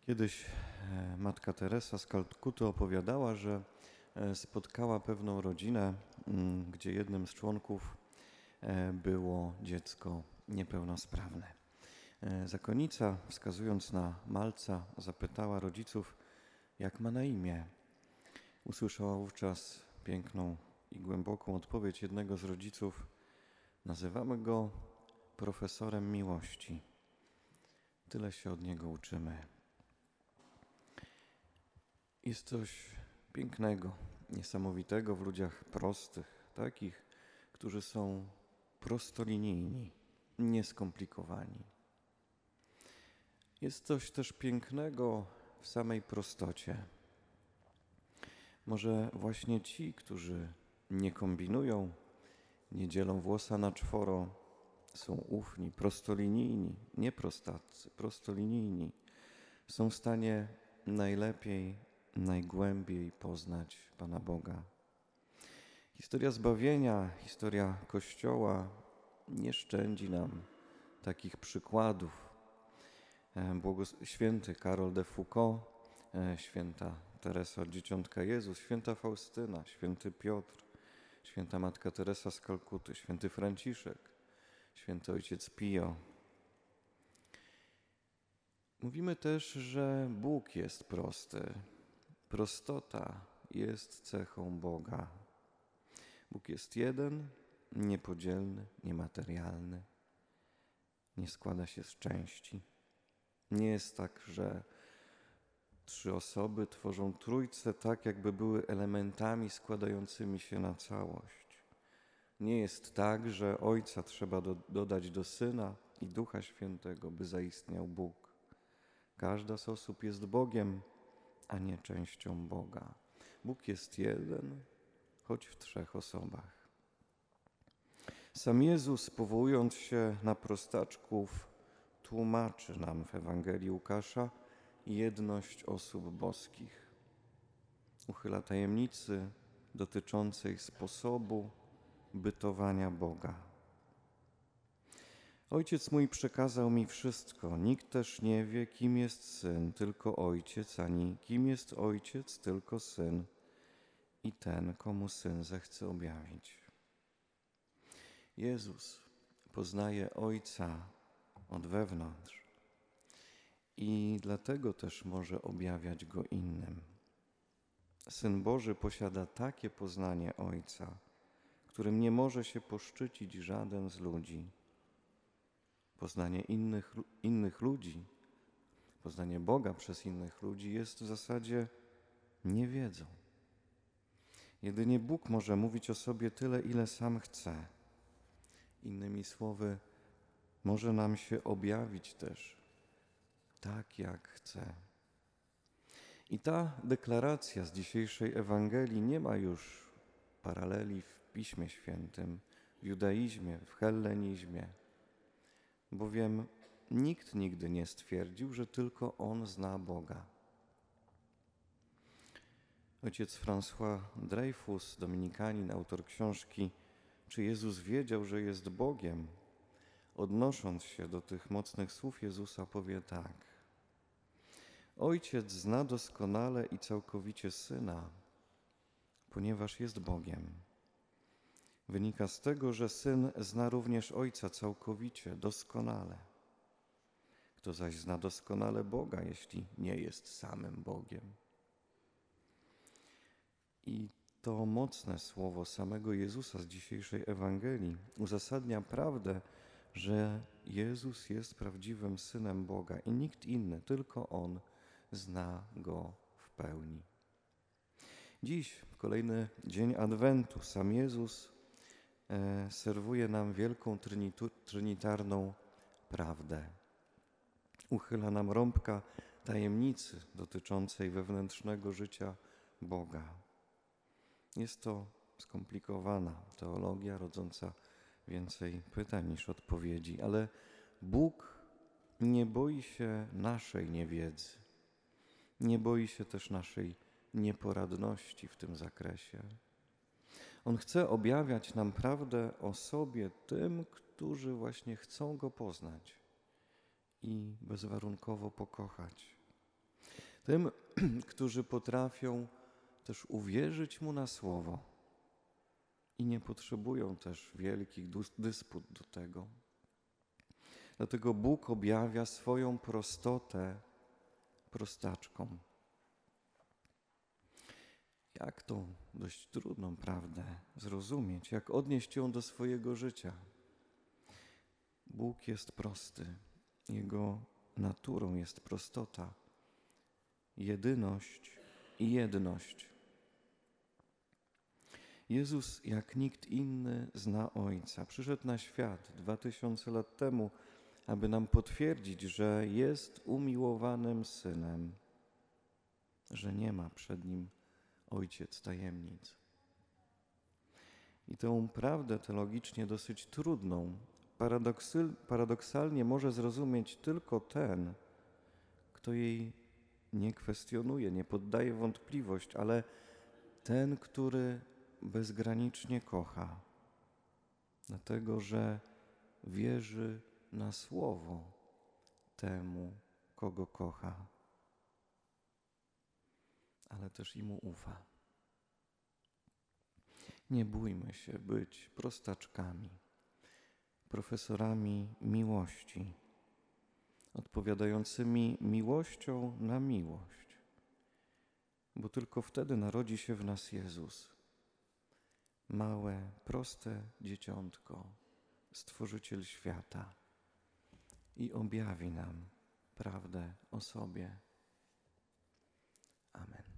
Kiedyś matka Teresa z Kalkuty opowiadała, że spotkała pewną rodzinę, gdzie jednym z członków było dziecko niepełnosprawne. Zakonnica, wskazując na malca, zapytała rodziców, jak ma na imię. Usłyszała wówczas piękną i głęboką odpowiedź jednego z rodziców. Nazywamy go profesorem miłości. Tyle się od niego uczymy. Jest coś pięknego, niesamowitego w ludziach prostych, takich, którzy są prostolinijni, nieskomplikowani. Jest coś też pięknego w samej prostocie. Może właśnie ci, którzy nie kombinują, nie dzielą włosa na czworo, są ufni, prostolinijni, nie prostacy, prostolinijni, są w stanie najlepiej, najgłębiej poznać Pana Boga. Historia zbawienia, historia Kościoła nie szczędzi nam takich przykładów. Święty Karol de Foucauld, święta Teresa od Dzieciątka Jezus, święta Faustyna, święty Piotr, święta Matka Teresa z Kalkuty, święty Franciszek, święty Ojciec Pio. Mówimy też, że Bóg jest prosty. Prostota jest cechą Boga. Bóg jest jeden, niepodzielny, niematerialny. Nie składa się z części. Nie jest tak, że trzy osoby tworzą trójcę tak, jakby były elementami składającymi się na całość. Nie jest tak, że Ojca trzeba dodać do Syna i Ducha Świętego, by zaistniał Bóg. Każda z osób jest Bogiem, a nie częścią Boga. Bóg jest jeden, choć w trzech osobach. Sam Jezus, powołując się na prostaczków, tłumaczy nam w Ewangelii Łukasza jedność osób boskich. Uchyla tajemnicy dotyczącej sposobu bytowania Boga. Ojciec mój przekazał mi wszystko, nikt też nie wie, kim jest Syn, tylko Ojciec, ani kim jest Ojciec, tylko Syn i ten, komu Syn zechce objawić. Jezus poznaje Ojca od wewnątrz i dlatego też może objawiać Go innym. Syn Boży posiada takie poznanie Ojca, którym nie może się poszczycić żaden z ludzi. Poznanie innych ludzi, poznanie Boga przez innych ludzi jest w zasadzie niewiedzą. Jedynie Bóg może mówić o sobie tyle, ile sam chce. Innymi słowy, może nam się objawić też tak, jak chce. I ta deklaracja z dzisiejszej Ewangelii nie ma już paraleli w Piśmie Świętym, w judaizmie, w hellenizmie, bowiem nikt nigdy nie stwierdził, że tylko on zna Boga. Ojciec François Dreyfus, dominikanin, autor książki „Czy Jezus wiedział, że jest Bogiem?”, odnosząc się do tych mocnych słów Jezusa, powie tak: Ojciec zna doskonale i całkowicie Syna, ponieważ jest Bogiem. Wynika z tego, że Syn zna również Ojca całkowicie, doskonale. Kto zaś zna doskonale Boga, jeśli nie jest samym Bogiem? I to mocne słowo samego Jezusa z dzisiejszej Ewangelii uzasadnia prawdę, że Jezus jest prawdziwym Synem Boga i nikt inny, tylko On zna Go w pełni. Dziś, kolejny dzień Adwentu, sam Jezus serwuje nam wielką trinitarną prawdę. Uchyla nam rąbka tajemnicy dotyczącej wewnętrznego życia Boga. Jest to skomplikowana teologia, rodząca więcej pytań niż odpowiedzi, ale Bóg nie boi się naszej niewiedzy. Nie boi się też naszej nieporadności w tym zakresie. On chce objawiać nam prawdę o sobie tym, którzy właśnie chcą Go poznać i bezwarunkowo pokochać. Tym, którzy potrafią też uwierzyć Mu na słowo i nie potrzebują też wielkich dysput do tego. Dlatego Bóg objawia swoją prostotę prostaczkom. Jak tą dość trudną prawdę zrozumieć, jak odnieść ją do swojego życia? Bóg jest prosty, Jego naturą jest prostota, jedyność i jedność. Jezus jak nikt inny zna Ojca. Przyszedł na świat 2000 lat temu, aby nam potwierdzić, że jest umiłowanym Synem, że nie ma przed Nim Ojciec tajemnic. I tę prawdę teologicznie dosyć trudną, paradoksalnie może zrozumieć tylko ten, kto jej nie kwestionuje, nie poddaje wątpliwość, ale ten, który bezgranicznie kocha, dlatego że wierzy na słowo temu, kogo kocha, ale też i mu ufa. Nie bójmy się być prostaczkami, profesorami miłości, odpowiadającymi miłością na miłość, bo tylko wtedy narodzi się w nas Jezus, małe, proste dzieciątko, Stworzyciel świata i objawi nam prawdę o sobie. Amen.